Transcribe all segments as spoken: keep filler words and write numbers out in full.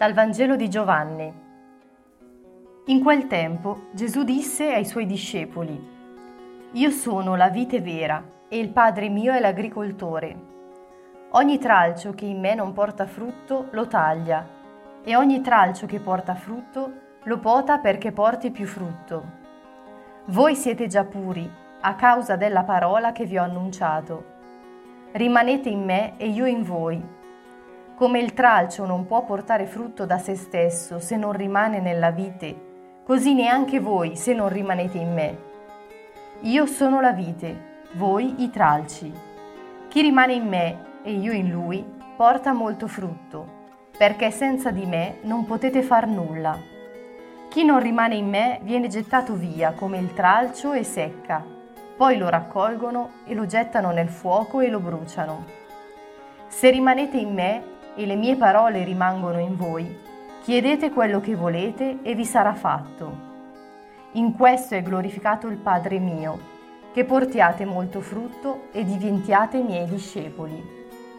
Dal Vangelo di Giovanni. In quel tempo Gesù disse ai suoi discepoli: Io sono la vite vera e il Padre mio è l'agricoltore. Ogni tralcio che in me non porta frutto lo taglia, e ogni tralcio che porta frutto lo pota perché porti più frutto. Voi siete già puri a causa della parola che vi ho annunciato. Rimanete in me e io in voi. Come il tralcio non può portare frutto da se stesso se non rimane nella vite, così neanche voi se non rimanete in me. Io sono la vite, voi i tralci. Chi rimane in me e io in lui porta molto frutto, perché senza di me non potete far nulla. Chi non rimane in me viene gettato via come il tralcio e secca, poi lo raccolgono e lo gettano nel fuoco e lo bruciano. Se rimanete in me e le mie parole rimangono in voi, chiedete quello che volete e vi sarà fatto. In questo è glorificato il Padre mio, che portiate molto frutto e diventiate miei discepoli.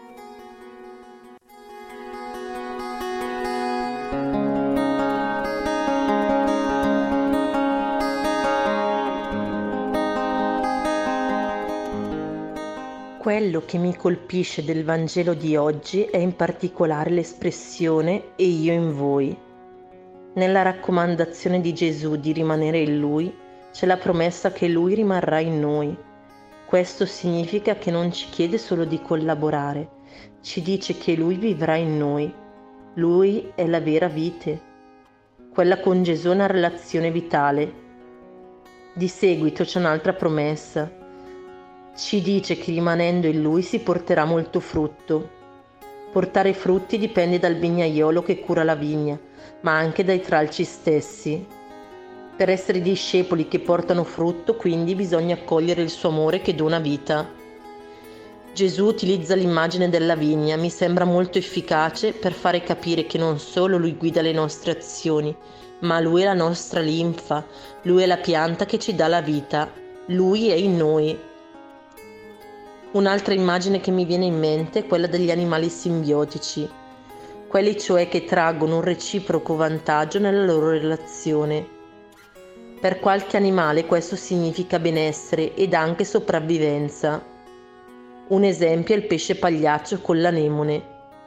Quello che mi colpisce del Vangelo di oggi è in particolare l'espressione "e io in voi". Nella raccomandazione di Gesù di rimanere in Lui c'è la promessa che Lui rimarrà in noi. Questo significa che non ci chiede solo di collaborare, ci dice che Lui vivrà in noi. Lui è la vera vite. Quella con Gesù è una relazione vitale. Di seguito c'è un'altra promessa. Ci dice che rimanendo in Lui si porterà molto frutto. Portare frutti dipende dal vignaiolo che cura la vigna, ma anche dai tralci stessi. Per essere discepoli che portano frutto, quindi, bisogna accogliere il suo amore che dona vita. Gesù utilizza l'immagine della vigna, mi sembra molto efficace per fare capire che non solo Lui guida le nostre azioni, ma Lui è la nostra linfa, Lui è la pianta che ci dà la vita, Lui è in noi. Un'altra immagine che mi viene in mente è quella degli animali simbiotici, quelli cioè che traggono un reciproco vantaggio nella loro relazione. Per qualche animale questo significa benessere ed anche sopravvivenza. Un esempio è il pesce pagliaccio con l'anemone.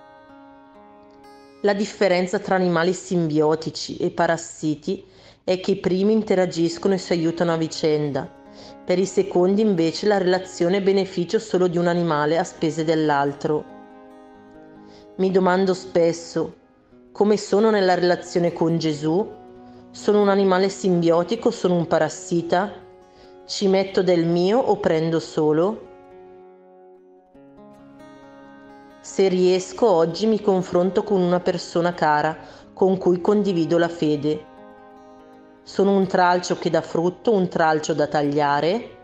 La differenza tra animali simbiotici e parassiti è che i primi interagiscono e si aiutano a vicenda. Per i secondi invece la relazione è beneficio solo di un animale a spese dell'altro. Mi domando spesso, come sono nella relazione con Gesù? Sono un animale simbiotico o sono un parassita? Ci metto del mio o prendo solo? Se riesco, oggi mi confronto con una persona cara, con cui condivido la fede. Sono un tralcio che dà frutto, un tralcio da tagliare?